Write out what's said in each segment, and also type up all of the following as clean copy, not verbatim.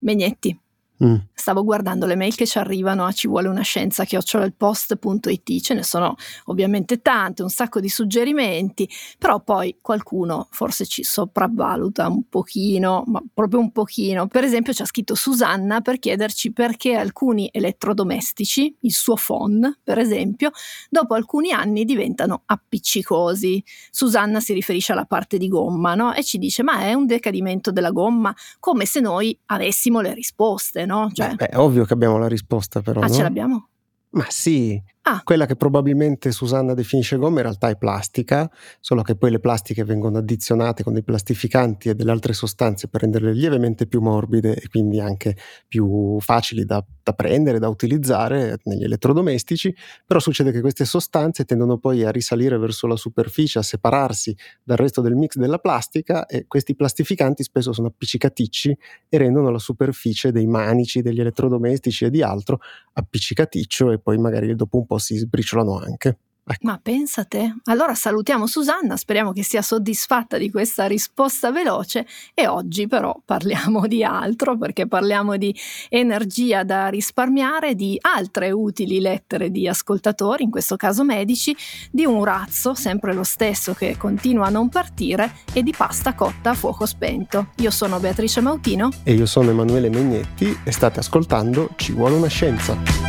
Megnetti. Stavo guardando le mail che ci arrivano a civuoleunascienza@ilpost.it, ce ne sono ovviamente tante, un sacco di suggerimenti, però poi qualcuno forse ci sopravvaluta un pochino, ma proprio un pochino. Per esempio ci ha scritto Susanna per chiederci perché alcuni elettrodomestici, il suo phon per esempio, dopo alcuni anni diventano appiccicosi. Susanna si riferisce alla parte di gomma, no? E ci dice: ma è un decadimento della gomma, come se noi avessimo le risposte, no? Cioè, è ovvio che abbiamo la risposta, però. ce l'abbiamo? Ma sì, quella che probabilmente Susanna definisce gomma in realtà è plastica, solo che poi le plastiche vengono addizionate con dei plastificanti e delle altre sostanze per renderle lievemente più morbide e quindi anche più facili da prendere, da utilizzare negli elettrodomestici. Però succede che queste sostanze tendono poi a risalire verso la superficie, a separarsi dal resto del mix della plastica, e questi plastificanti spesso sono appiccicaticci e rendono la superficie dei manici, degli elettrodomestici e di altro appiccicaticcio, e poi magari dopo un po' si sbriciolano anche. Ecco. Ma pensa te. Allora salutiamo Susanna, speriamo che sia soddisfatta di questa risposta veloce, e oggi però parliamo di altro, perché parliamo di energia da risparmiare, di altre utili lettere di ascoltatori, in questo caso medici, di un razzo, sempre lo stesso, che continua a non partire, e di pasta cotta a fuoco spento. Io sono Beatrice Mautino. E io sono Emanuele Megnetti e state ascoltando Ci vuole una scienza.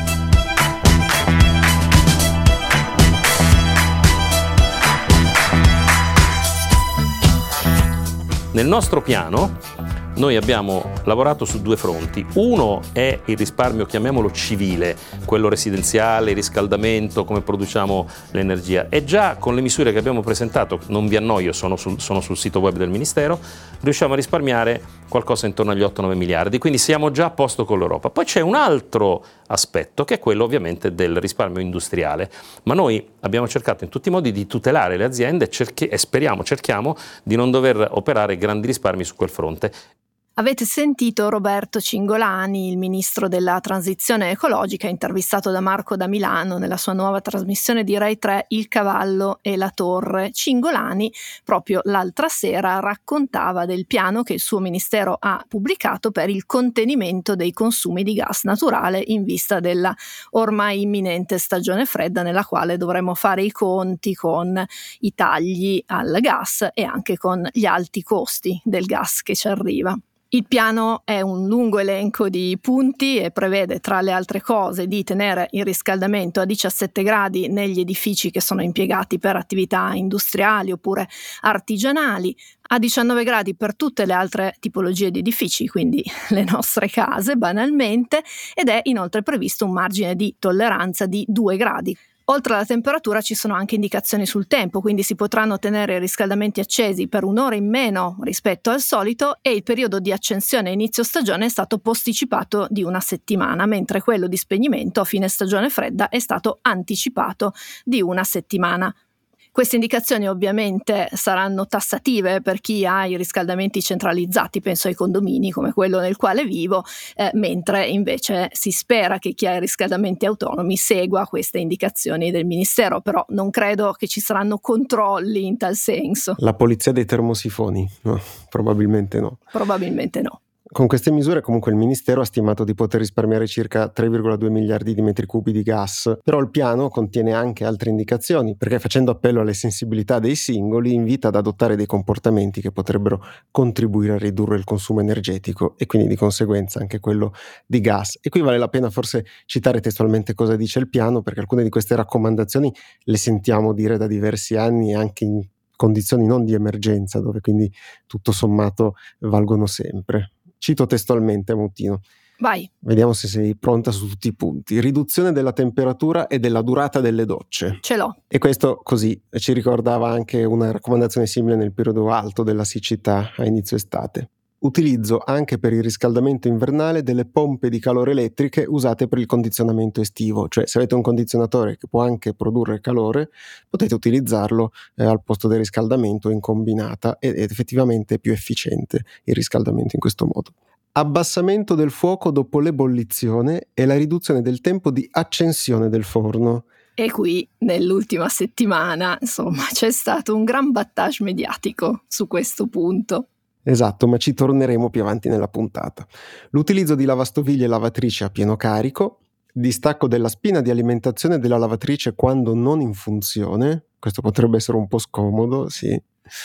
Nel nostro piano noi abbiamo lavorato su due fronti. Uno è il risparmio, chiamiamolo civile, quello residenziale, il riscaldamento, come produciamo l'energia. E già con le misure che abbiamo presentato, non vi annoio, sono sul sito web del Ministero, riusciamo a risparmiare qualcosa intorno agli 8-9 miliardi, quindi siamo già a posto con l'Europa. Poi c'è un altro aspetto, che è quello ovviamente del risparmio industriale, ma noi abbiamo cercato in tutti i modi di tutelare le aziende e cerchiamo di non dover operare grandi risparmi su quel fronte. Avete sentito Roberto Cingolani, il ministro della transizione ecologica, intervistato da Marco da Milano nella sua nuova trasmissione di Rai 3 Il cavallo e la torre. Cingolani proprio l'altra sera raccontava del piano che il suo ministero ha pubblicato per il contenimento dei consumi di gas naturale in vista della ormai imminente stagione fredda, nella quale dovremo fare i conti con i tagli al gas e anche con gli alti costi del gas che ci arriva. Il piano è un lungo elenco di punti e prevede, tra le altre cose, di tenere il riscaldamento a 17 gradi negli edifici che sono impiegati per attività industriali oppure artigianali, a 19 gradi per tutte le altre tipologie di edifici, quindi le nostre case banalmente, ed è inoltre previsto un margine di tolleranza di 2 gradi. Oltre alla temperatura ci sono anche indicazioni sul tempo, quindi si potranno tenere i riscaldamenti accesi per un'ora in meno rispetto al solito, e il periodo di accensione a inizio stagione è stato posticipato di una settimana, mentre quello di spegnimento a fine stagione fredda è stato anticipato di una settimana. Queste indicazioni ovviamente saranno tassative per chi ha i riscaldamenti centralizzati, penso ai condomini come quello nel quale vivo, mentre invece si spera che chi ha i riscaldamenti autonomi segua queste indicazioni del Ministero, però non credo che ci saranno controlli in tal senso. La polizia dei termosifoni? No, probabilmente no. Probabilmente no. Con queste misure comunque il Ministero ha stimato di poter risparmiare circa 3,2 miliardi di metri cubi di gas, però il piano contiene anche altre indicazioni, perché facendo appello alle sensibilità dei singoli invita ad adottare dei comportamenti che potrebbero contribuire a ridurre il consumo energetico e quindi di conseguenza anche quello di gas. E qui vale la pena forse citare testualmente cosa dice il piano, perché alcune di queste raccomandazioni le sentiamo dire da diversi anni anche in condizioni non di emergenza, dove quindi tutto sommato valgono sempre. Cito testualmente, Mautino. Vai. Vediamo se sei pronta su tutti i punti. Riduzione della temperatura e della durata delle docce. Ce l'ho. E questo così ci ricordava anche una raccomandazione simile nel periodo alto della siccità a inizio estate. Utilizzo anche per il riscaldamento invernale delle pompe di calore elettriche usate per il condizionamento estivo, cioè se avete un condizionatore che può anche produrre calore potete utilizzarlo al posto del riscaldamento in combinata, ed effettivamente è più efficiente il riscaldamento in questo modo. Abbassamento del fuoco dopo l'ebollizione e la riduzione del tempo di accensione del forno. E qui nell'ultima settimana, insomma, c'è stato un gran battage mediatico su questo punto. Esatto, ma ci torneremo più avanti nella puntata. L'utilizzo di lavastoviglie e lavatrici a pieno carico, distacco della spina di alimentazione della lavatrice quando non in funzione, questo potrebbe essere un po' scomodo, sì.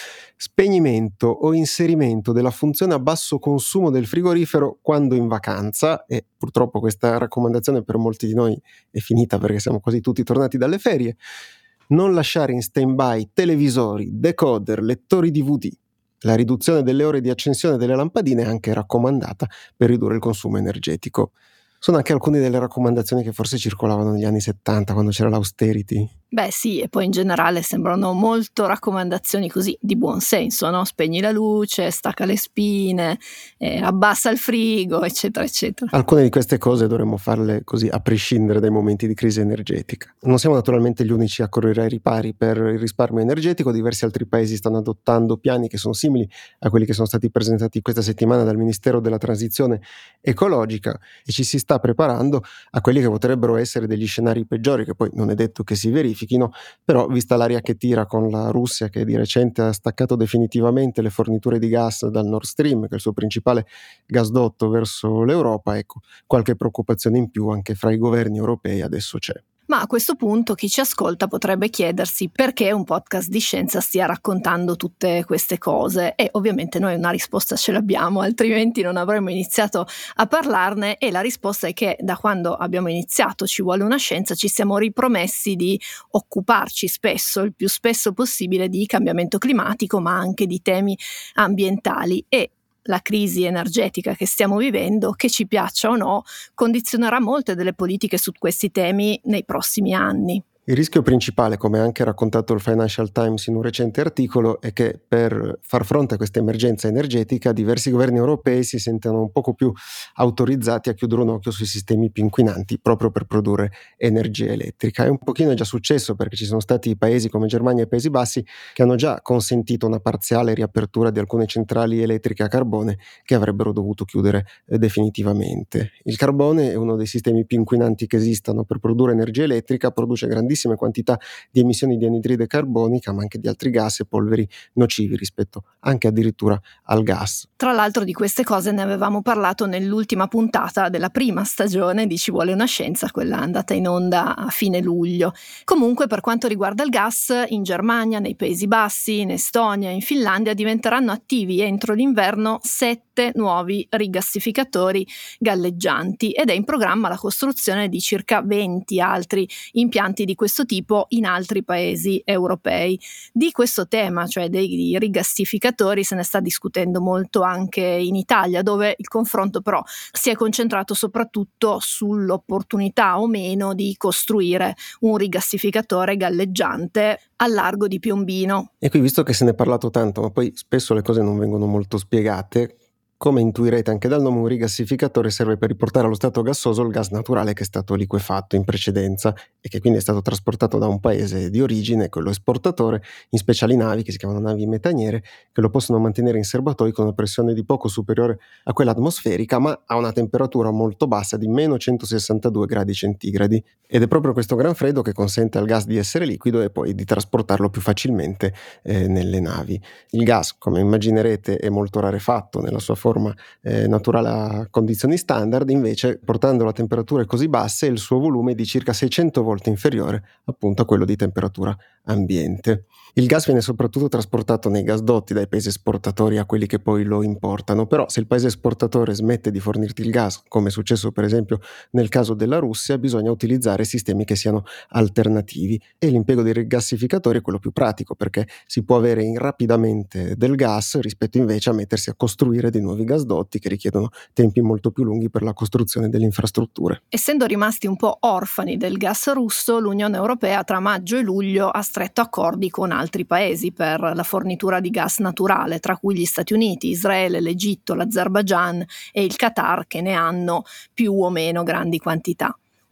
Spegnimento o inserimento della funzione a basso consumo del frigorifero quando in vacanza, e purtroppo questa raccomandazione per molti di noi è finita perché siamo quasi tutti tornati dalle ferie. Non lasciare in stand-by televisori, decoder, lettori DVD. La riduzione delle ore di accensione delle lampadine è anche raccomandata per ridurre il consumo energetico. Sono anche alcune delle raccomandazioni che forse circolavano negli anni 70 quando c'era l'austerity. Beh sì, e poi in generale sembrano molto raccomandazioni così di buon senso, no? Spegni la luce, stacca le spine, abbassa il frigo, eccetera, eccetera. Alcune di queste cose dovremmo farle così a prescindere dai momenti di crisi energetica. Non siamo naturalmente gli unici a correre ai ripari per il risparmio energetico, diversi altri paesi stanno adottando piani che sono simili a quelli che sono stati presentati questa settimana dal Ministero della Transizione Ecologica e ci si sta preparando a quelli che potrebbero essere degli scenari peggiori, che poi non è detto che si verifichino, però vista l'aria che tira con la Russia che di recente ha staccato definitivamente le forniture di gas dal Nord Stream, che è il suo principale gasdotto verso l'Europa, ecco, qualche preoccupazione in più anche fra i governi europei adesso c'è. Ma a questo punto chi ci ascolta potrebbe chiedersi perché un podcast di scienza stia raccontando tutte queste cose, e ovviamente noi una risposta ce l'abbiamo, altrimenti non avremmo iniziato a parlarne, e la risposta è che da quando abbiamo iniziato Ci vuole una scienza ci siamo ripromessi di occuparci spesso, il più spesso possibile, di cambiamento climatico ma anche di temi ambientali, e la crisi energetica che stiamo vivendo, che ci piaccia o no, condizionerà molte delle politiche su questi temi nei prossimi anni. Il rischio principale, come ha anche raccontato il Financial Times in un recente articolo, è che per far fronte a questa emergenza energetica diversi governi europei si sentano un poco più autorizzati a chiudere un occhio sui sistemi più inquinanti proprio per produrre energia elettrica. E un pochino è già successo, perché ci sono stati paesi come Germania e Paesi Bassi che hanno già consentito una parziale riapertura di alcune centrali elettriche a carbone che avrebbero dovuto chiudere definitivamente. Il carbone è uno dei sistemi più inquinanti che esistano per produrre energia elettrica, produce grandissime quantità di emissioni di anidride carbonica, ma anche di altri gas e polveri nocivi rispetto anche addirittura al gas. Tra l'altro di queste cose ne avevamo parlato nell'ultima puntata della prima stagione di Ci vuole una scienza, quella andata in onda a fine luglio. Comunque, per quanto riguarda il gas, in Germania, nei Paesi Bassi, in Estonia, in Finlandia diventeranno attivi entro l'inverno 7 nuovi rigassificatori galleggianti, ed è in programma la costruzione di circa 20 altri impianti di questo tipo in altri paesi europei. Di questo tema, cioè dei rigassificatori, se ne sta discutendo molto anche in Italia, dove il confronto però si è concentrato soprattutto sull'opportunità o meno di costruire un rigassificatore galleggiante al largo di Piombino. E qui, visto che se ne è parlato tanto, ma poi spesso le cose non vengono molto spiegate, come intuirete anche dal nome, un rigassificatore serve per riportare allo stato gassoso il gas naturale che è stato liquefatto in precedenza e che quindi è stato trasportato da un paese di origine, quello esportatore, in speciali navi che si chiamano navi metaniere, che lo possono mantenere in serbatoi con una pressione di poco superiore a quella atmosferica, ma a una temperatura molto bassa di meno 162 gradi centigradi. Ed è proprio questo gran freddo che consente al gas di essere liquido e poi di trasportarlo più facilmente nelle navi. Il gas, come immaginerete, è molto rarefatto nella sua forma naturale a condizioni standard, invece portandolo a temperature così basse il suo volume è di circa 600 volte inferiore appunto a quello di temperatura ambiente. Il gas viene soprattutto trasportato nei gasdotti dai paesi esportatori a quelli che poi lo importano, però se il paese esportatore smette di fornirti il gas, come è successo per esempio nel caso della Russia, bisogna utilizzare sistemi che siano alternativi, e l'impiego dei rigassificatori è quello più pratico, perché si può avere rapidamente del gas rispetto invece a mettersi a costruire dei nuovi gasdotti che richiedono tempi molto più lunghi per la costruzione delle infrastrutture. Essendo rimasti un po' orfani del gas russo, l'Unione Europea tra maggio e luglio ha stretto accordi con altri paesi per la fornitura di gas naturale, tra cui gli Stati Uniti, Israele, l'Egitto, l'Azerbaigian e il Qatar, che ne hanno più o meno grandi quantità.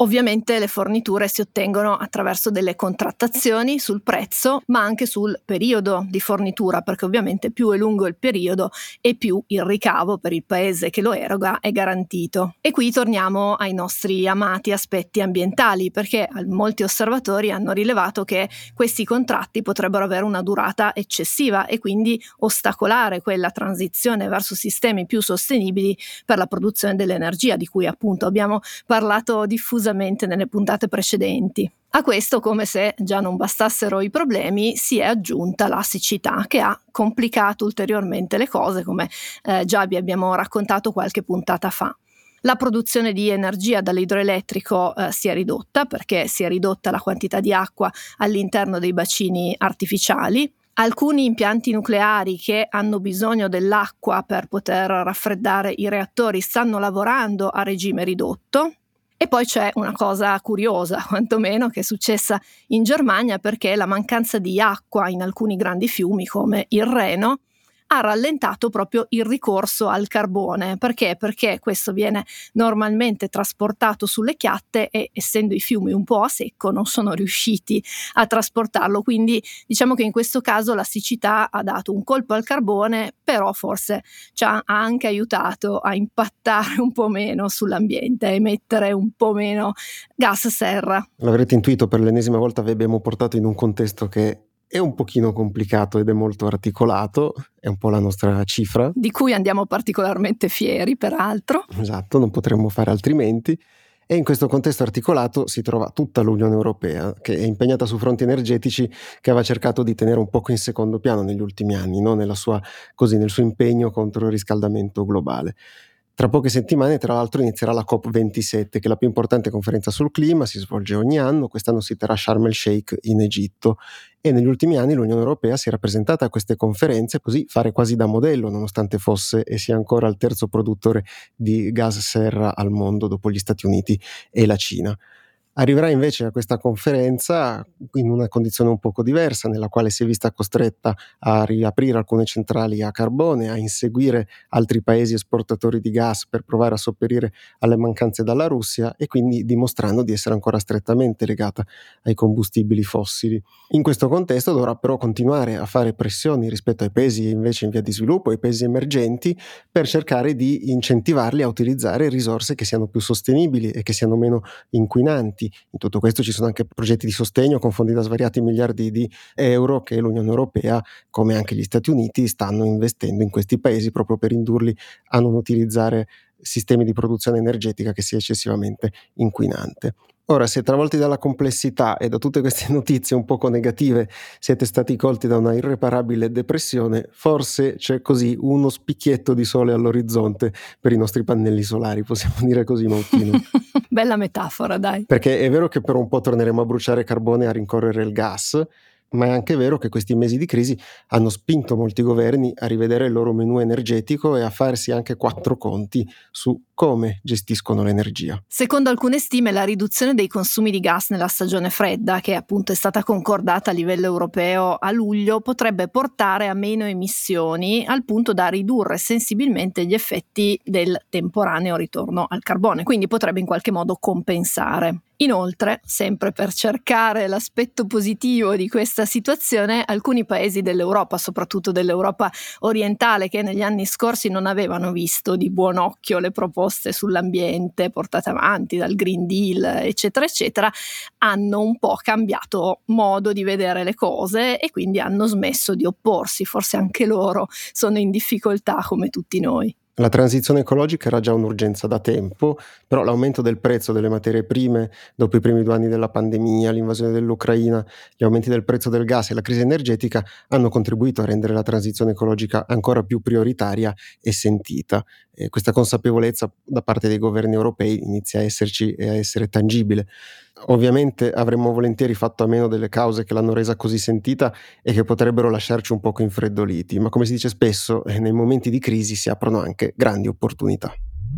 Ovviamente le forniture si ottengono attraverso delle contrattazioni sul prezzo, ma anche sul periodo di fornitura, perché ovviamente più è lungo il periodo e più il ricavo per il paese che lo eroga è garantito. E qui torniamo ai nostri amati aspetti ambientali, perché molti osservatori hanno rilevato che questi contratti potrebbero avere una durata eccessiva e quindi ostacolare quella transizione verso sistemi più sostenibili per la produzione dell'energia, di cui appunto abbiamo parlato diffusamente nelle puntate precedenti. A questo, come se già non bastassero i problemi, si è aggiunta la siccità, che ha complicato ulteriormente le cose, come già vi abbiamo raccontato qualche puntata fa. La produzione di energia dall'idroelettrico si è ridotta, perché si è ridotta la quantità di acqua all'interno dei bacini artificiali. Alcuni impianti nucleari che hanno bisogno dell'acqua per poter raffreddare i reattori stanno lavorando a regime ridotto. E poi c'è una cosa curiosa, quantomeno, che è successa in Germania, perché la mancanza di acqua in alcuni grandi fiumi, come il Reno, ha rallentato proprio il ricorso al carbone. Perché? Perché questo viene normalmente trasportato sulle chiatte e, essendo i fiumi un po' a secco, non sono riusciti a trasportarlo. Quindi diciamo che in questo caso la siccità ha dato un colpo al carbone, però forse ci ha anche aiutato a impattare un po' meno sull'ambiente, a emettere un po' meno gas serra. L'avrete intuito, per l'ennesima volta vi abbiamo portato in un contesto che è un pochino complicato ed è molto articolato, è un po' la nostra cifra. Di cui andiamo particolarmente fieri, peraltro. Esatto, non potremmo fare altrimenti. E in questo contesto articolato si trova tutta l'Unione Europea, che è impegnata su fronti energetici che aveva cercato di tenere un poco in secondo piano negli ultimi anni, no? Nel suo impegno contro il riscaldamento globale. Tra poche settimane, tra l'altro, inizierà la COP27, che è la più importante conferenza sul clima, si svolge ogni anno. Quest'anno si terrà a Sharm el Sheikh in Egitto, e negli ultimi anni l'Unione Europea si era presentata a queste conferenze così fare quasi da modello, nonostante fosse e sia ancora il terzo produttore di gas serra al mondo dopo gli Stati Uniti e la Cina. Arriverà invece a questa conferenza in una condizione un poco diversa, nella quale si è vista costretta a riaprire alcune centrali a carbone, a inseguire altri paesi esportatori di gas per provare a sopperire alle mancanze dalla Russia, e quindi dimostrando di essere ancora strettamente legata ai combustibili fossili. In questo contesto dovrà però continuare a fare pressioni rispetto ai paesi invece in via di sviluppo, ai paesi emergenti, per cercare di incentivarli a utilizzare risorse che siano più sostenibili e che siano meno inquinanti. In tutto questo ci sono anche progetti di sostegno con fondi da svariati miliardi di euro che l'Unione Europea, come anche gli Stati Uniti, stanno investendo in questi paesi proprio per indurli a non utilizzare sistemi di produzione energetica che sia eccessivamente inquinante. Ora, se travolti dalla complessità e da tutte queste notizie un poco negative siete stati colti da una irreparabile depressione, forse c'è così uno spicchietto di sole all'orizzonte per i nostri pannelli solari, possiamo dire così, Mautino. Bella metafora, dai. Perché è vero che per un po' torneremo a bruciare carbone e a rincorrere il gas, ma è anche vero che questi mesi di crisi hanno spinto molti governi a rivedere il loro menù energetico e a farsi anche quattro conti su come gestiscono l'energia. Secondo alcune stime, la riduzione dei consumi di gas nella stagione fredda, che appunto è stata concordata a livello europeo a luglio, potrebbe portare a meno emissioni, al punto da ridurre sensibilmente gli effetti del temporaneo ritorno al carbone, quindi potrebbe in qualche modo compensare. Inoltre, sempre per cercare l'aspetto positivo di questa situazione, alcuni paesi dell'Europa, soprattutto dell'Europa orientale, che negli anni scorsi non avevano visto di buon occhio le proposte sull'ambiente portate avanti dal Green Deal, eccetera, eccetera, hanno un po' cambiato modo di vedere le cose e quindi hanno smesso di opporsi. Forse anche loro sono in difficoltà come tutti noi. La transizione ecologica era già un'urgenza da tempo, però l'aumento del prezzo delle materie prime dopo i primi 2 anni della pandemia, l'invasione dell'Ucraina, gli aumenti del prezzo del gas e la crisi energetica hanno contribuito a rendere la transizione ecologica ancora più prioritaria e sentita. E questa consapevolezza da parte dei governi europei inizia a esserci e a essere tangibile. Ovviamente avremmo volentieri fatto a meno delle cause che l'hanno resa così sentita e che potrebbero lasciarci un poco infreddoliti, ma come si dice spesso, nei momenti di crisi si aprono anche grandi opportunità.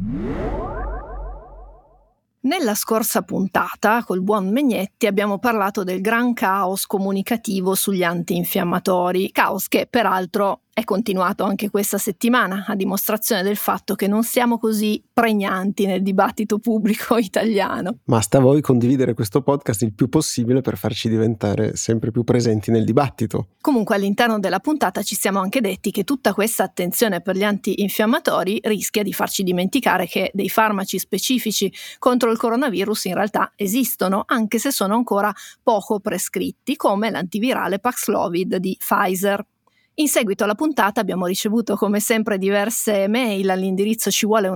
Nella scorsa puntata, col buon Megnetti, abbiamo parlato del gran caos comunicativo sugli antinfiammatori, caos che peraltro è continuato anche questa settimana, a dimostrazione del fatto che non siamo così pregnanti nel dibattito pubblico italiano. Ma sta a voi condividere questo podcast il più possibile per farci diventare sempre più presenti nel dibattito. Comunque all'interno della puntata ci siamo anche detti che tutta questa attenzione per gli antinfiammatori rischia di farci dimenticare che dei farmaci specifici contro il coronavirus in realtà esistono, anche se sono ancora poco prescritti, come l'antivirale Paxlovid di Pfizer. In seguito alla puntata abbiamo ricevuto come sempre diverse mail all'indirizzo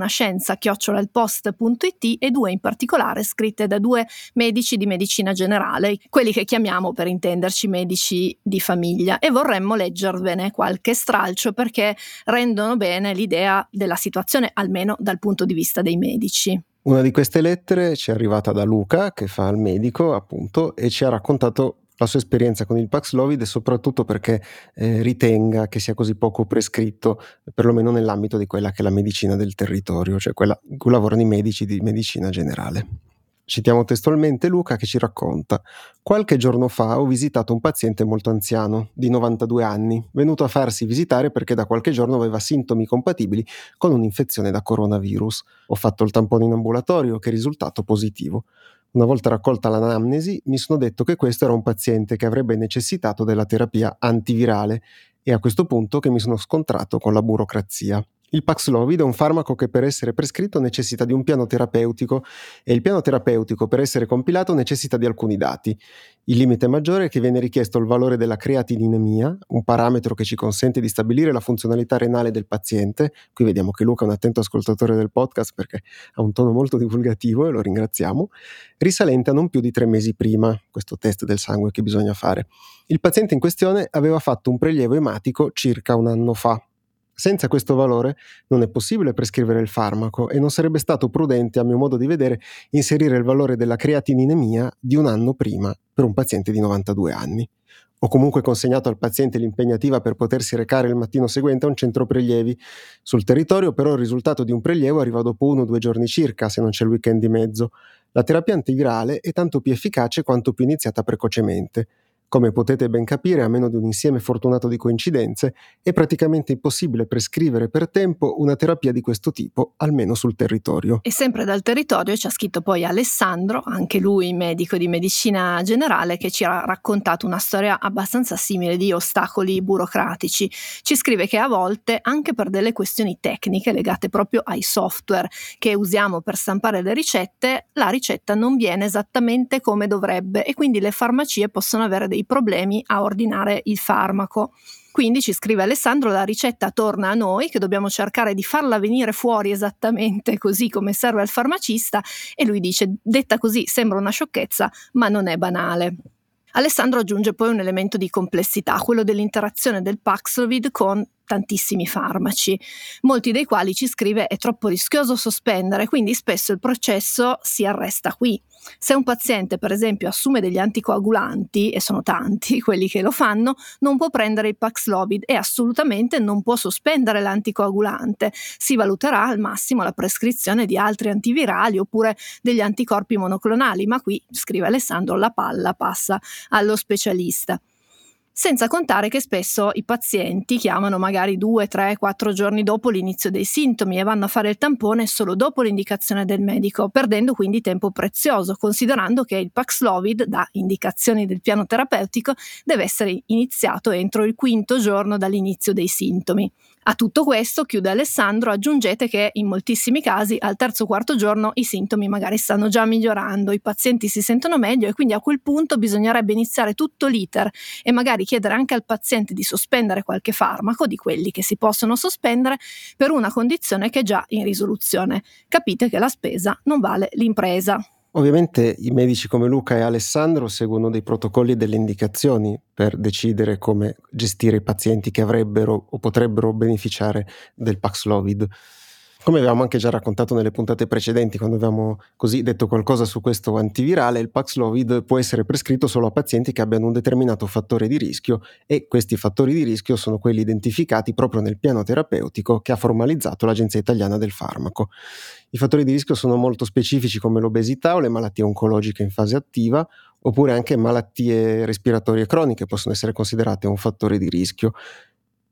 civuoleunascienza@ilpost.it e 2 in particolare scritte da 2 medici di medicina generale, quelli che chiamiamo per intenderci medici di famiglia, e vorremmo leggervene qualche stralcio perché rendono bene l'idea della situazione, almeno dal punto di vista dei medici. Una di queste lettere ci è arrivata da Luca, che fa il medico appunto, e ci ha raccontato la sua esperienza con il Paxlovid e soprattutto perché ritenga che sia così poco prescritto, perlomeno nell'ambito di quella che è la medicina del territorio, cioè quella in cui lavorano i medici di medicina generale. Citiamo testualmente Luca che ci racconta: qualche giorno fa ho visitato un paziente molto anziano, di 92 anni, venuto a farsi visitare perché da qualche giorno aveva sintomi compatibili con un'infezione da coronavirus. Ho fatto il tampone in ambulatorio che è risultato positivo. Una volta raccolta l'anamnesi, mi sono detto che questo era un paziente che avrebbe necessitato della terapia antivirale e a questo punto che mi sono scontrato con la burocrazia. Il Paxlovid è un farmaco che per essere prescritto necessita di un piano terapeutico e il piano terapeutico per essere compilato necessita di alcuni dati. Il limite maggiore è che viene richiesto il valore della creatininemia, un parametro che ci consente di stabilire la funzionalità renale del paziente. Qui vediamo che Luca è un attento ascoltatore del podcast perché ha un tono molto divulgativo e lo ringraziamo, risalente a non più di 3 mesi prima, questo test del sangue che bisogna fare. Il paziente in questione aveva fatto un prelievo ematico circa un anno fa. Senza questo valore non è possibile prescrivere il farmaco e non sarebbe stato prudente, a mio modo di vedere, inserire il valore della creatininemia di un anno prima per un paziente di 92 anni. Ho comunque consegnato al paziente l'impegnativa per potersi recare il mattino seguente a un centro prelievi. Sul territorio però il risultato di un prelievo arriva dopo 1 o 2 giorni circa, se non c'è il weekend di mezzo. La terapia antivirale è tanto più efficace quanto più iniziata precocemente. Come potete ben capire, a meno di un insieme fortunato di coincidenze, è praticamente impossibile prescrivere per tempo una terapia di questo tipo, almeno sul territorio. E sempre dal territorio ci ha scritto poi Alessandro, anche lui medico di medicina generale, che ci ha raccontato una storia abbastanza simile di ostacoli burocratici. Ci scrive che a volte, anche per delle questioni tecniche legate proprio ai software che usiamo per stampare le ricette, la ricetta non viene esattamente come dovrebbe e quindi le farmacie possono avere dei problemi a ordinare il farmaco. Quindi, ci scrive Alessandro, la ricetta torna a noi che dobbiamo cercare di farla venire fuori esattamente così come serve al farmacista e lui dice: detta così sembra una sciocchezza, ma non è banale. Alessandro aggiunge poi un elemento di complessità, quello dell'interazione del Paxlovid con tantissimi farmaci, molti dei quali, ci scrive, è troppo rischioso sospendere, quindi spesso il processo si arresta qui. Se un paziente, per esempio, assume degli anticoagulanti, e sono tanti quelli che lo fanno, non può prendere il Paxlovid e assolutamente non può sospendere l'anticoagulante. Si valuterà al massimo la prescrizione di altri antivirali oppure degli anticorpi monoclonali, ma qui, scrive Alessandro, la palla passa allo specialista. Senza contare che spesso i pazienti chiamano magari 2, 3, 4 giorni dopo l'inizio dei sintomi e vanno a fare il tampone solo dopo l'indicazione del medico, perdendo quindi tempo prezioso, considerando che il Paxlovid, da indicazioni del piano terapeutico, deve essere iniziato entro il 5° giorno dall'inizio dei sintomi. A tutto questo, chiude Alessandro, aggiungete che in moltissimi casi al 3° o 4° giorno i sintomi magari stanno già migliorando, i pazienti si sentono meglio e quindi a quel punto bisognerebbe iniziare tutto l'iter e magari chiedere anche al paziente di sospendere qualche farmaco, di quelli che si possono sospendere, per una condizione che è già in risoluzione. Capite che la spesa non vale l'impresa. Ovviamente i medici come Luca e Alessandro seguono dei protocolli e delle indicazioni per decidere come gestire i pazienti che avrebbero o potrebbero beneficiare del Paxlovid. Come avevamo anche già raccontato nelle puntate precedenti, quando avevamo così detto qualcosa su questo antivirale, il Paxlovid può essere prescritto solo a pazienti che abbiano un determinato fattore di rischio e questi fattori di rischio sono quelli identificati proprio nel piano terapeutico che ha formalizzato l'Agenzia Italiana del Farmaco. I fattori di rischio sono molto specifici come l'obesità o le malattie oncologiche in fase attiva, oppure anche malattie respiratorie croniche possono essere considerate un fattore di rischio.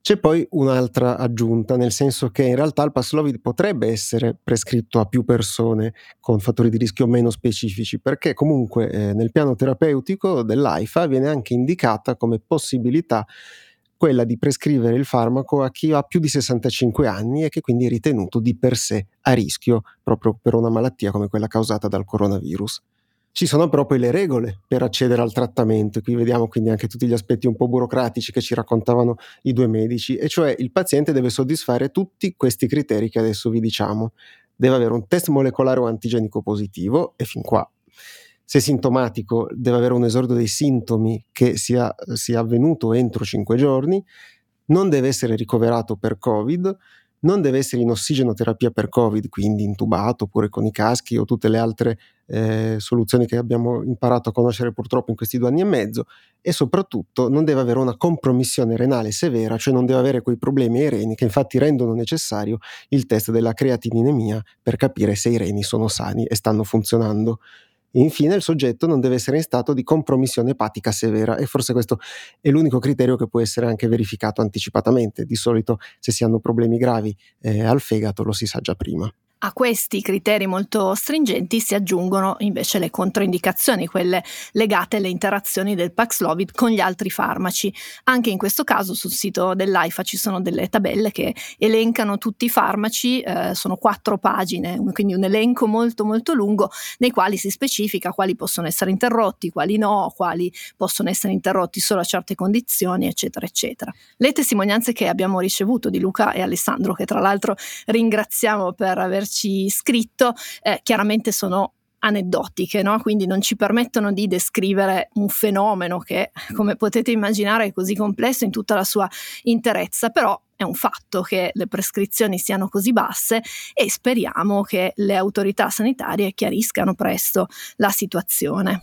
C'è poi un'altra aggiunta, nel senso che in realtà il Paxlovid potrebbe essere prescritto a più persone con fattori di rischio meno specifici, perché comunque nel piano terapeutico dell'AIFA viene anche indicata come possibilità quella di prescrivere il farmaco a chi ha più di 65 anni e che quindi è ritenuto di per sé a rischio proprio per una malattia come quella causata dal coronavirus. Ci sono proprio le regole per accedere al trattamento, e qui vediamo quindi anche tutti gli aspetti un po' burocratici che ci raccontavano i due medici, e cioè il paziente deve soddisfare tutti questi criteri che adesso vi diciamo. Deve avere un test molecolare o antigenico positivo, e fin qua. Se sintomatico, deve avere un esordio dei sintomi che sia avvenuto entro 5 giorni, non deve essere ricoverato per Covid, non deve essere in ossigenoterapia per Covid, quindi intubato oppure con i caschi o tutte le altre soluzioni che abbiamo imparato a conoscere purtroppo in questi 2 anni e mezzo, e soprattutto non deve avere una compromissione renale severa, cioè non deve avere quei problemi ai reni che infatti rendono necessario il test della creatininemia per capire se i reni sono sani e stanno funzionando. E infine il soggetto non deve essere in stato di compromissione epatica severa, e forse questo è l'unico criterio che può essere anche verificato anticipatamente. Di solito se si hanno problemi gravi al fegato lo si sa già prima. A questi criteri molto stringenti si aggiungono invece le controindicazioni, quelle legate alle interazioni del Paxlovid con gli altri farmaci. Anche in questo caso sul sito dell'AIFA ci sono delle tabelle che elencano tutti i farmaci, sono 4 pagine, quindi un elenco molto molto lungo nei quali si specifica quali possono essere interrotti, quali no, quali possono essere interrotti solo a certe condizioni, eccetera eccetera. Le testimonianze che abbiamo ricevuto di Luca e Alessandro, che tra l'altro ringraziamo per averci scritto, chiaramente sono aneddotiche, no? Quindi non ci permettono di descrivere un fenomeno che, come potete immaginare, è così complesso in tutta la sua interezza, però è un fatto che le prescrizioni siano così basse e speriamo che le autorità sanitarie chiariscano presto la situazione.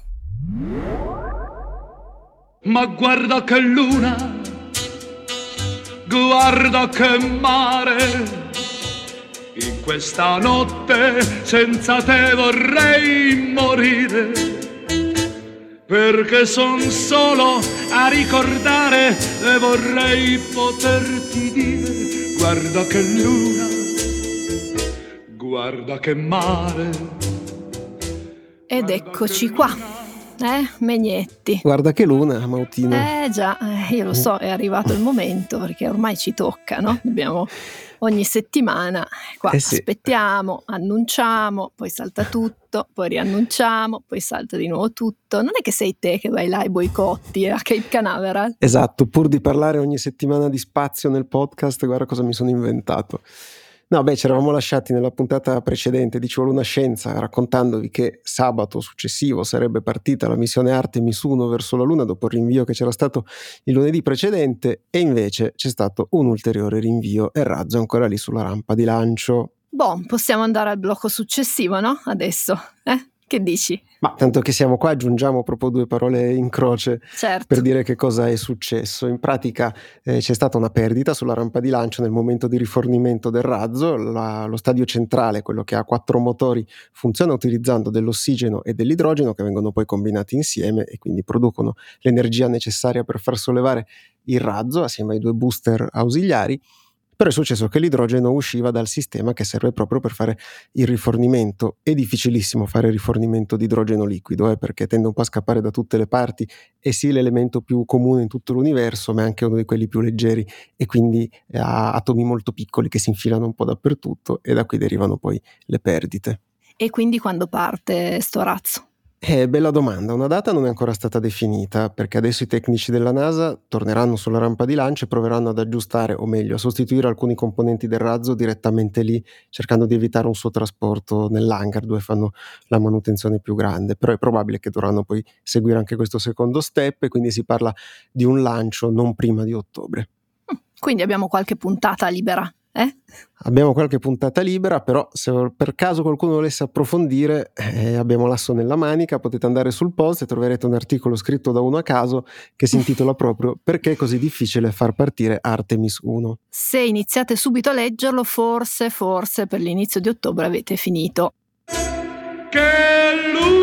Ma guarda che luna, guarda che mare, in questa notte senza te vorrei morire, perché son solo a ricordare e vorrei poterti dire: guarda che luna, guarda che mare. Ed eccoci qua. Megnetti. Guarda che luna, Mautino. Già, io lo so, è arrivato il momento, perché ormai ci tocca, no? Dobbiamo ogni settimana qua sì. Aspettiamo, annunciamo, poi salta tutto, poi riannunciamo, poi salta di nuovo tutto. Non è che sei te che vai là e boicotti a Cape Canaveral? Esatto, pur di parlare ogni settimana di spazio nel podcast, guarda cosa mi sono inventato. No, ci eravamo lasciati nella puntata precedente di Ci vuole una scienza, raccontandovi che sabato successivo sarebbe partita la missione Artemis 1 verso la Luna dopo il rinvio che c'era stato il lunedì precedente, e invece c'è stato un ulteriore rinvio e il razzo è ancora lì sulla rampa di lancio. Possiamo andare al blocco successivo, no? Adesso, Che dici? Ma tanto che siamo qua, aggiungiamo proprio 2 parole in croce, certo, per dire che cosa è successo. In pratica c'è stata una perdita sulla rampa di lancio nel momento di rifornimento del razzo. Lo stadio centrale, quello che ha 4 motori, funziona utilizzando dell'ossigeno e dell'idrogeno che vengono poi combinati insieme e quindi producono l'energia necessaria per far sollevare il razzo assieme ai 2 booster ausiliari. Però è successo che l'idrogeno usciva dal sistema che serve proprio per fare il rifornimento. È difficilissimo fare rifornimento di idrogeno liquido, perché tende un po' a scappare da tutte le parti. È sì l'elemento più comune in tutto l'universo, ma è anche uno di quelli più leggeri e quindi ha atomi molto piccoli che si infilano un po' dappertutto, e da qui derivano poi le perdite. E quindi quando parte sto razzo? Bella domanda, una data non è ancora stata definita, perché adesso i tecnici della NASA torneranno sulla rampa di lancio e proveranno ad aggiustare, o meglio a sostituire alcuni componenti del razzo direttamente lì, cercando di evitare un suo trasporto nell'hangar dove fanno la manutenzione più grande. Però è probabile che dovranno poi seguire anche questo secondo step, e quindi si parla di un lancio non prima di ottobre. Quindi abbiamo qualche puntata libera? Abbiamo qualche puntata libera, però se per caso qualcuno volesse approfondire, abbiamo l'asso nella manica, potete andare sul post e troverete un articolo scritto da uno a caso che si intitola proprio "Perché è così difficile far partire Artemis 1". Se iniziate subito a leggerlo, forse per l'inizio di ottobre avete finito. Che luna!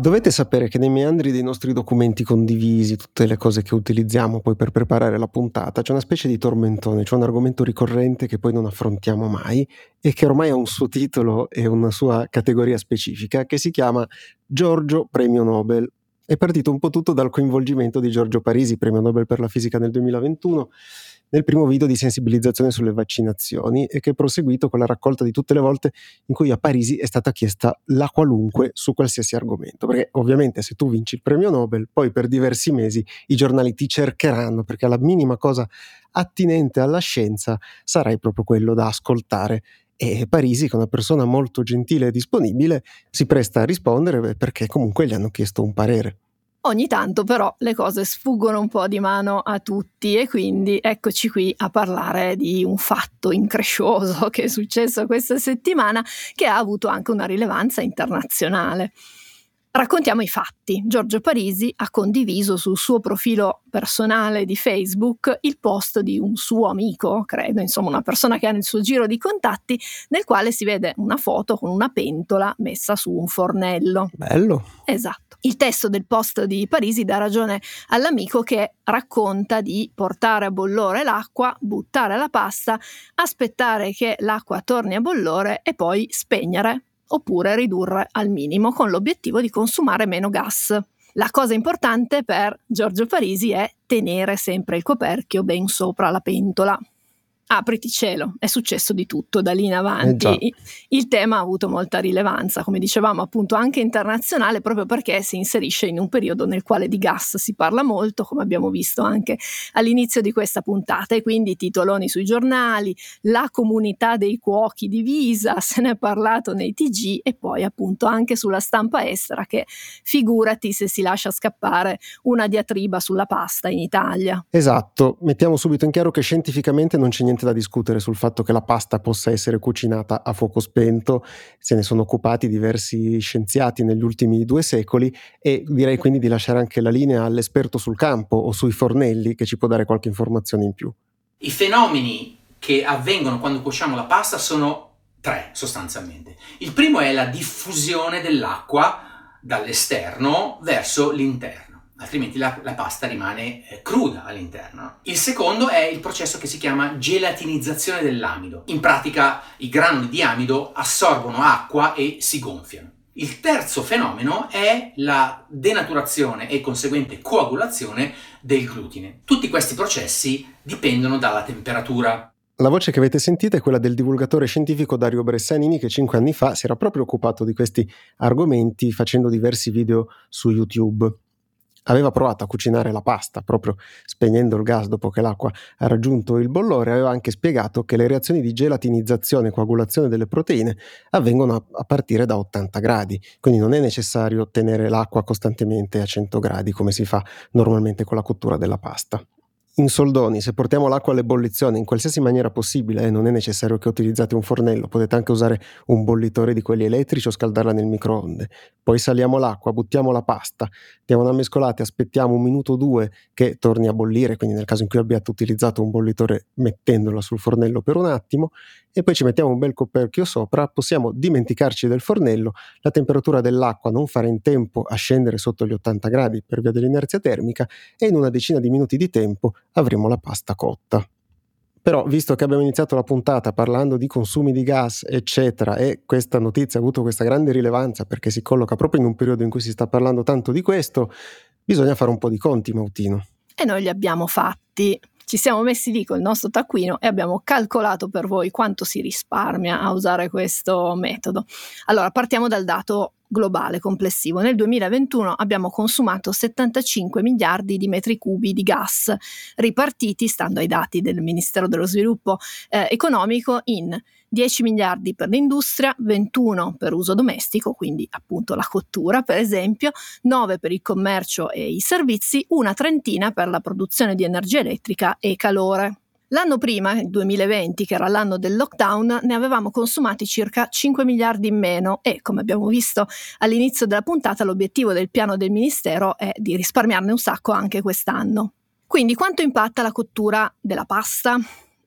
Dovete sapere che nei meandri dei nostri documenti condivisi, tutte le cose che utilizziamo poi per preparare la puntata, c'è una specie di tormentone, c'è un argomento ricorrente che poi non affrontiamo mai e che ormai ha un suo titolo e una sua categoria specifica, che si chiama Giorgio Premio Nobel. È partito un po' tutto dal coinvolgimento di Giorgio Parisi, Premio Nobel per la fisica nel 2021, nel primo video di sensibilizzazione sulle vaccinazioni, e che è proseguito con la raccolta di tutte le volte in cui a Parisi è stata chiesta la qualunque su qualsiasi argomento, perché ovviamente se tu vinci il premio Nobel poi per diversi mesi i giornali ti cercheranno, perché alla minima cosa attinente alla scienza sarai proprio quello da ascoltare. E Parisi, che è una persona molto gentile e disponibile, si presta a rispondere perché comunque gli hanno chiesto un parere. Ogni tanto però le cose sfuggono un po' di mano a tutti e quindi eccoci qui a parlare di un fatto increscioso che è successo questa settimana, che ha avuto anche una rilevanza internazionale. Raccontiamo i fatti. Giorgio Parisi ha condiviso sul suo profilo personale di Facebook il post di un suo amico, credo, insomma una persona che ha nel suo giro di contatti, nel quale si vede una foto con una pentola messa su un fornello. Bello! Esatto. Il testo del post di Parisi dà ragione all'amico che racconta di portare a bollore l'acqua, buttare la pasta, aspettare che l'acqua torni a bollore e poi spegnere, oppure ridurre al minimo con l'obiettivo di consumare meno gas. La cosa importante per Giorgio Parisi è tenere sempre il coperchio ben sopra la pentola. Apriti cielo, è successo di tutto da lì in avanti. Il tema ha avuto molta rilevanza, come dicevamo appunto anche internazionale, proprio perché si inserisce in un periodo nel quale di gas si parla molto, come abbiamo visto anche all'inizio di questa puntata, e quindi titoloni sui giornali, la comunità dei cuochi divisa, se ne è parlato nei TG e poi appunto anche sulla stampa estera, che figurati se si lascia scappare una diatriba sulla pasta in Italia. Esatto, mettiamo subito in chiaro che scientificamente non c'è niente da discutere sul fatto che la pasta possa essere cucinata a fuoco spento. Se ne sono occupati diversi scienziati negli ultimi 2 secoli e direi quindi di lasciare anche la linea all'esperto sul campo o sui fornelli, che ci può dare qualche informazione in più. I fenomeni che avvengono quando cuociamo la pasta sono 3 sostanzialmente. Il primo è la diffusione dell'acqua dall'esterno verso l'interno, altrimenti la pasta rimane cruda all'interno. Il secondo è il processo che si chiama gelatinizzazione dell'amido. In pratica i granuli di amido assorbono acqua e si gonfiano. Il terzo fenomeno è la denaturazione e conseguente coagulazione del glutine. Tutti questi processi dipendono dalla temperatura. La voce che avete sentito è quella del divulgatore scientifico Dario Bressanini, che 5 anni fa si era proprio occupato di questi argomenti facendo diversi video su YouTube. Aveva provato a cucinare la pasta proprio spegnendo il gas dopo che l'acqua ha raggiunto il bollore. Aveva anche spiegato che le reazioni di gelatinizzazione e coagulazione delle proteine avvengono a partire da 80 gradi, quindi non è necessario tenere l'acqua costantemente a 100 gradi come si fa normalmente con la cottura della pasta. In soldoni, se portiamo l'acqua all'ebollizione in qualsiasi maniera possibile, non è necessario che utilizzate un fornello, potete anche usare un bollitore di quelli elettrici o scaldarla nel microonde. Poi saliamo l'acqua, buttiamo la pasta, diamo una mescolata, aspettiamo 1 minuto o 2 che torni a bollire, quindi nel caso in cui abbiate utilizzato un bollitore mettendola sul fornello per un attimo, e poi ci mettiamo un bel coperchio sopra. Possiamo dimenticarci del fornello, la temperatura dell'acqua non farà in tempo a scendere sotto gli 80 gradi per via dell'inerzia termica e in una decina di minuti di tempo avremo la pasta cotta. Però, visto che abbiamo iniziato la puntata parlando di consumi di gas, eccetera, e questa notizia ha avuto questa grande rilevanza perché si colloca proprio in un periodo in cui si sta parlando tanto di questo, bisogna fare un po' di conti, Mautino. E noi li abbiamo fatti. Ci siamo messi lì col nostro taccuino e abbiamo calcolato per voi quanto si risparmia a usare questo metodo. Allora, partiamo dal dato globale complessivo. Nel 2021 abbiamo consumato 75 miliardi di metri cubi di gas, ripartiti, stando ai dati del Ministero dello Sviluppo Economico, in 10 miliardi per l'industria, 21 per uso domestico, quindi appunto la cottura per esempio, 9 per il commercio e i servizi, una trentina per la produzione di energia elettrica e calore. L'anno prima, il 2020, che era l'anno del lockdown, ne avevamo consumati circa 5 miliardi in meno e, come abbiamo visto all'inizio della puntata, l'obiettivo del piano del Ministero è di risparmiarne un sacco anche quest'anno. Quindi quanto impatta la cottura della pasta?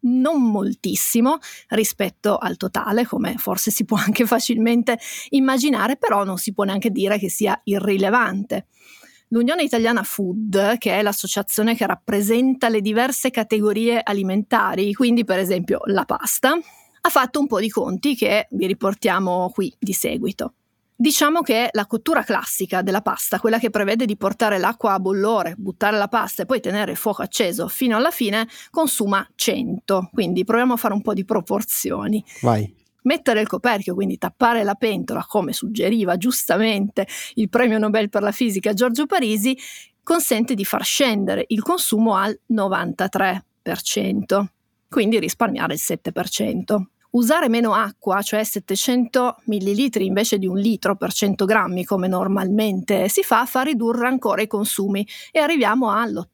non moltissimo rispetto al totale, come forse si può anche facilmente immaginare, però non si può neanche dire che sia irrilevante. L'Unione Italiana Food, che è l'associazione che rappresenta le diverse categorie alimentari, quindi per esempio la pasta, ha fatto un po' di conti che vi riportiamo qui di seguito. Diciamo che la cottura classica della pasta, quella che prevede di portare l'acqua a bollore, buttare la pasta e poi tenere il fuoco acceso fino alla fine, consuma 100. Quindi proviamo a fare un po' di proporzioni. Vai. Mettere il coperchio, quindi tappare la pentola, come suggeriva giustamente il premio Nobel per la fisica Giorgio Parisi, consente di far scendere il consumo al 93%, quindi risparmiare il 7%. Usare meno acqua, cioè 700 ml invece di 1 litro per 100 grammi come normalmente si fa ridurre ancora i consumi e arriviamo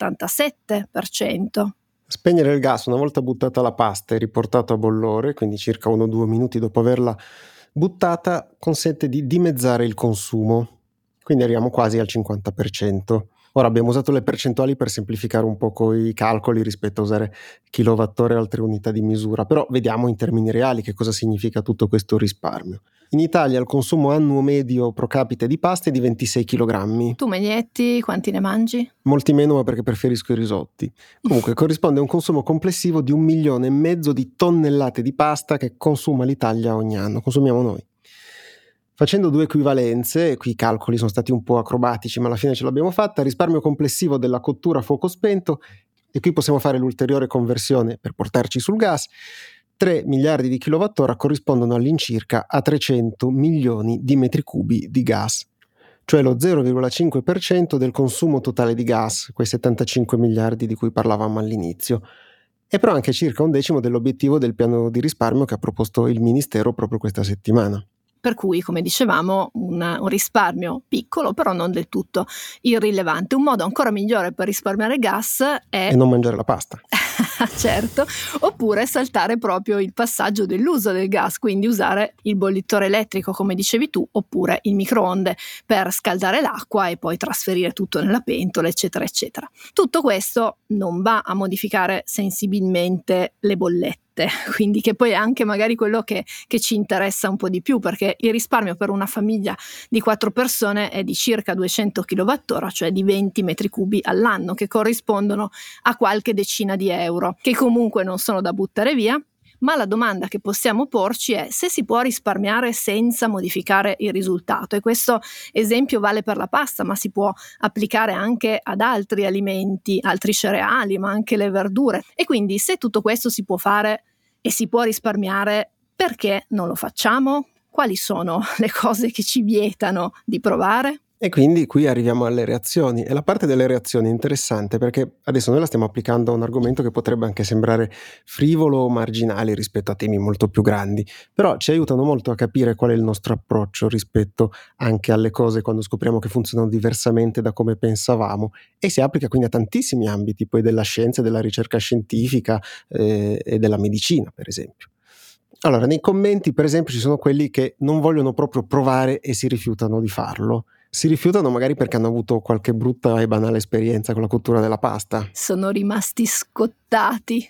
all'87%. Spegnere il gas una volta buttata la pasta e riportato a bollore, quindi circa 1-2 minuti dopo averla buttata, consente di dimezzare il consumo, quindi arriviamo quasi al 50%. Ora abbiamo usato le percentuali per semplificare un poco i calcoli rispetto a usare kilowattora e altre unità di misura, però vediamo in termini reali che cosa significa tutto questo risparmio. In Italia il consumo annuo medio pro capite di pasta è di 26 kg. Tu Megnetti, quanti ne mangi? Molti meno, ma perché preferisco i risotti. Comunque corrisponde a un consumo complessivo di 1,5 milioni di tonnellate di pasta che consuma l'Italia ogni anno, consumiamo noi. Facendo 2 equivalenze, qui i calcoli sono stati un po' acrobatici, ma alla fine ce l'abbiamo fatta, risparmio complessivo della cottura a fuoco spento, e qui possiamo fare l'ulteriore conversione per portarci sul gas. 3 miliardi di kilowattora corrispondono all'incirca a 300 milioni di metri cubi di gas, cioè lo 0,5% del consumo totale di gas, quei 75 miliardi di cui parlavamo all'inizio. È però anche circa 1/10 dell'obiettivo del piano di risparmio che ha proposto il Ministero proprio questa settimana. Per cui, come dicevamo, un risparmio piccolo, però non del tutto irrilevante. Un modo ancora migliore per risparmiare gas è... E non mangiare la pasta. Certo, oppure saltare proprio il passaggio dell'uso del gas, quindi usare il bollitore elettrico, come dicevi tu, oppure il microonde per scaldare l'acqua e poi trasferire tutto nella pentola, eccetera, eccetera. Tutto questo non va a modificare sensibilmente le bollette, quindi che poi è anche magari quello che ci interessa un po' di più, perché il risparmio per una famiglia di 4 persone è di circa 200 kWh, cioè di 20 metri cubi all'anno, che corrispondono a qualche decina di euro, che comunque non sono da buttare via. Ma la domanda che possiamo porci è se si può risparmiare senza modificare il risultato, e questo esempio vale per la pasta, ma si può applicare anche ad altri alimenti, altri cereali, ma anche le verdure. E quindi se tutto questo si può fare e si può risparmiare, perché non lo facciamo? Quali sono le cose che ci vietano di provare? E quindi qui arriviamo alle reazioni, e la parte delle reazioni è interessante perché adesso noi la stiamo applicando a un argomento che potrebbe anche sembrare frivolo o marginale rispetto a temi molto più grandi, però ci aiutano molto a capire qual è il nostro approccio rispetto anche alle cose quando scopriamo che funzionano diversamente da come pensavamo, e si applica quindi a tantissimi ambiti poi della scienza, della ricerca scientifica e della medicina, per esempio. Allora, nei commenti per esempio ci sono quelli che non vogliono proprio provare e si rifiutano di farlo. Si rifiutano magari perché hanno avuto qualche brutta e banale esperienza con la cottura della pasta. Sono rimasti scottati.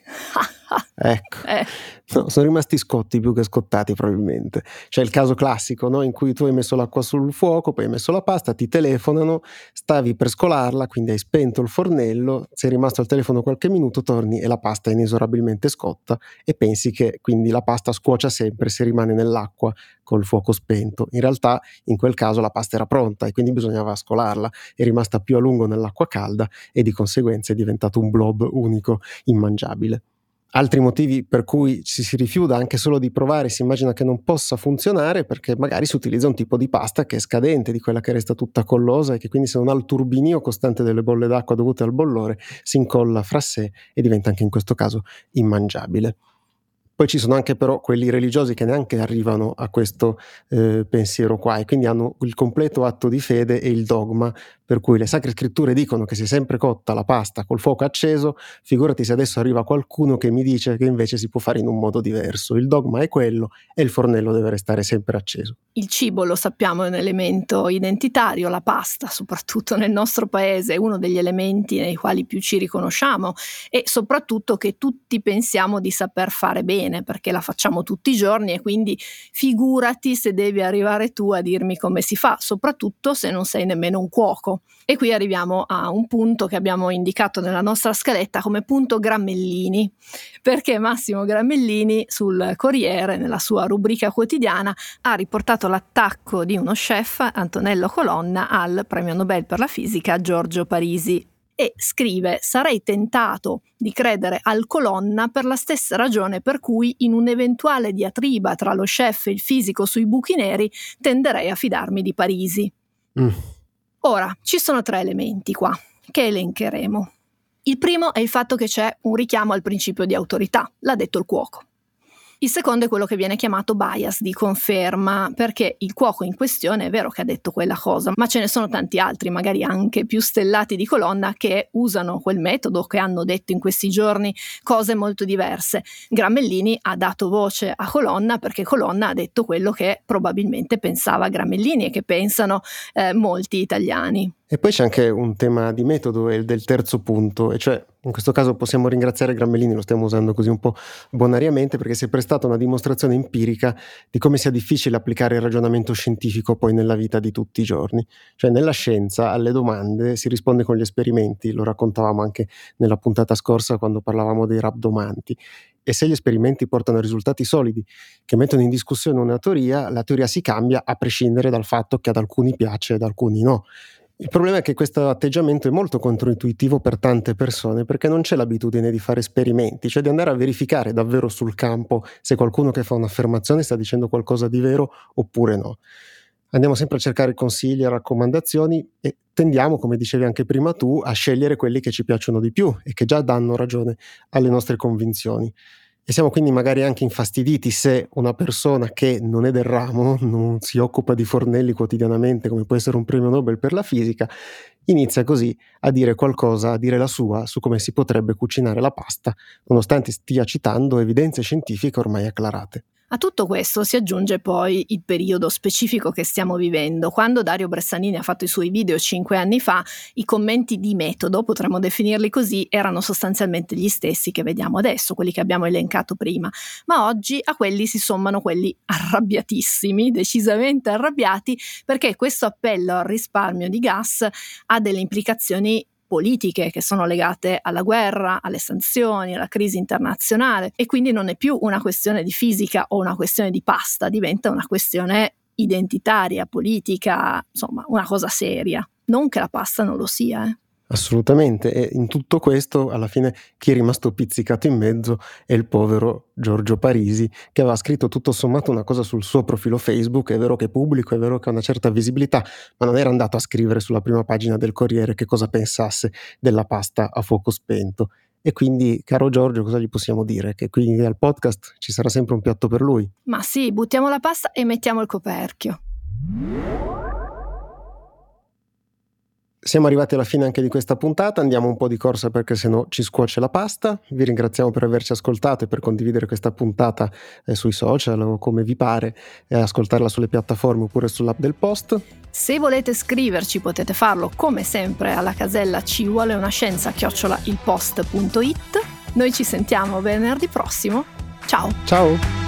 Ecco, no, sono rimasti scotti più che scottati probabilmente. C'è il caso classico, no? In cui tu hai messo l'acqua sul fuoco, poi hai messo la pasta, ti telefonano, stavi per scolarla, quindi hai spento il fornello, sei rimasto al telefono qualche minuto, torni e la pasta è inesorabilmente scotta e pensi che quindi la pasta scuocia sempre se rimane nell'acqua col fuoco spento. In realtà in quel caso la pasta era pronta e quindi bisognava scolarla, è rimasta più a lungo nell'acqua calda e di conseguenza è diventato un blob unico, immangiabile. Altri motivi per cui ci si rifiuta anche solo di provare, si immagina che non possa funzionare perché magari si utilizza un tipo di pasta che è scadente, di quella che resta tutta collosa e che quindi se non ha il turbinio costante delle bolle d'acqua dovute al bollore si incolla fra sé e diventa anche in questo caso immangiabile. Poi ci sono anche però quelli religiosi che neanche arrivano a questo pensiero qua e quindi hanno il completo atto di fede e il dogma per cui le sacre scritture dicono che si è sempre cotta la pasta col fuoco acceso, figurati se adesso arriva qualcuno che mi dice che invece si può fare in un modo diverso. Il dogma è quello e il fornello deve restare sempre acceso. Il cibo, lo sappiamo, è un elemento identitario, la pasta, soprattutto nel nostro paese, è uno degli elementi nei quali più ci riconosciamo e soprattutto che tutti pensiamo di saper fare bene, perché la facciamo tutti i giorni e quindi figurati se devi arrivare tu a dirmi come si fa, soprattutto se non sei nemmeno un cuoco. E qui arriviamo a un punto che abbiamo indicato nella nostra scaletta come punto Grammellini, perché Massimo Grammellini sul Corriere, nella sua rubrica quotidiana, ha riportato l'attacco di uno chef, Antonello Colonna, al premio Nobel per la fisica Giorgio Parisi e scrive: sarei tentato di credere al Colonna per la stessa ragione per cui in un'eventuale diatriba tra lo chef e il fisico sui buchi neri tenderei a fidarmi di Parisi. Ora, ci sono 3 elementi qua che elencheremo. Il primo è il fatto che c'è un richiamo al principio di autorità, l'ha detto il cuoco. Il secondo è quello che viene chiamato bias di conferma, perché il cuoco in questione è vero che ha detto quella cosa, ma ce ne sono tanti altri, magari anche più stellati di Colonna, che usano quel metodo, che hanno detto in questi giorni cose molto diverse. Grammellini ha dato voce a Colonna perché Colonna ha detto quello che probabilmente pensava Grammellini e che pensano molti italiani. E poi c'è anche un tema di metodo e del terzo punto, e cioè in questo caso possiamo ringraziare Grammellini, lo stiamo usando così un po' bonariamente, perché si è prestata una dimostrazione empirica di come sia difficile applicare il ragionamento scientifico poi nella vita di tutti i giorni. Cioè nella scienza alle domande si risponde con gli esperimenti, lo raccontavamo anche nella puntata scorsa quando parlavamo dei rabdomanti. E se gli esperimenti portano a risultati solidi che mettono in discussione una teoria, la teoria si cambia a prescindere dal fatto che ad alcuni piace e ad alcuni no. Il problema è che questo atteggiamento è molto controintuitivo per tante persone perché non c'è l'abitudine di fare esperimenti, cioè di andare a verificare davvero sul campo se qualcuno che fa un'affermazione sta dicendo qualcosa di vero oppure no. Andiamo sempre a cercare consigli e raccomandazioni e tendiamo, come dicevi anche prima tu, a scegliere quelli che ci piacciono di più e che già danno ragione alle nostre convinzioni. E siamo quindi magari anche infastiditi se una persona che non è del ramo, non si occupa di fornelli quotidianamente, come può essere un premio Nobel per la fisica, inizia così a dire qualcosa, a dire la sua su come si potrebbe cucinare la pasta, nonostante stia citando evidenze scientifiche ormai acclarate. A tutto questo si aggiunge poi il periodo specifico che stiamo vivendo. Quando Dario Bressanini ha fatto i suoi video 5 anni fa, i commenti di metodo, potremmo definirli così, erano sostanzialmente gli stessi che vediamo adesso, quelli che abbiamo elencato prima. Ma oggi a quelli si sommano quelli arrabbiatissimi, decisamente arrabbiati, perché questo appello al risparmio di gas ha delle implicazioni politiche che sono legate alla guerra, alle sanzioni, alla crisi internazionale e quindi non è più una questione di fisica o una questione di pasta, diventa una questione identitaria, politica, insomma una cosa seria. Non che la pasta non lo sia, Assolutamente, e in tutto questo alla fine chi è rimasto pizzicato in mezzo è il povero Giorgio Parisi, che aveva scritto tutto sommato una cosa sul suo profilo Facebook. È vero che è pubblico, è vero che ha una certa visibilità, ma non era andato a scrivere sulla prima pagina del Corriere che cosa pensasse della pasta a fuoco spento. E quindi, caro Giorgio, cosa gli possiamo dire? Che qui al podcast ci sarà sempre un piatto per lui? Ma sì, buttiamo la pasta e mettiamo il coperchio. Siamo arrivati alla fine anche di questa puntata, andiamo un po' di corsa perché sennò ci scuoce la pasta. Vi ringraziamo per averci ascoltato e per condividere questa puntata sui social o come vi pare, e ascoltarla sulle piattaforme oppure sull'app del Post. Se volete scriverci potete farlo come sempre alla casella ci vuole una scienza@ilpost.it. Noi ci sentiamo venerdì prossimo. Ciao! Ciao!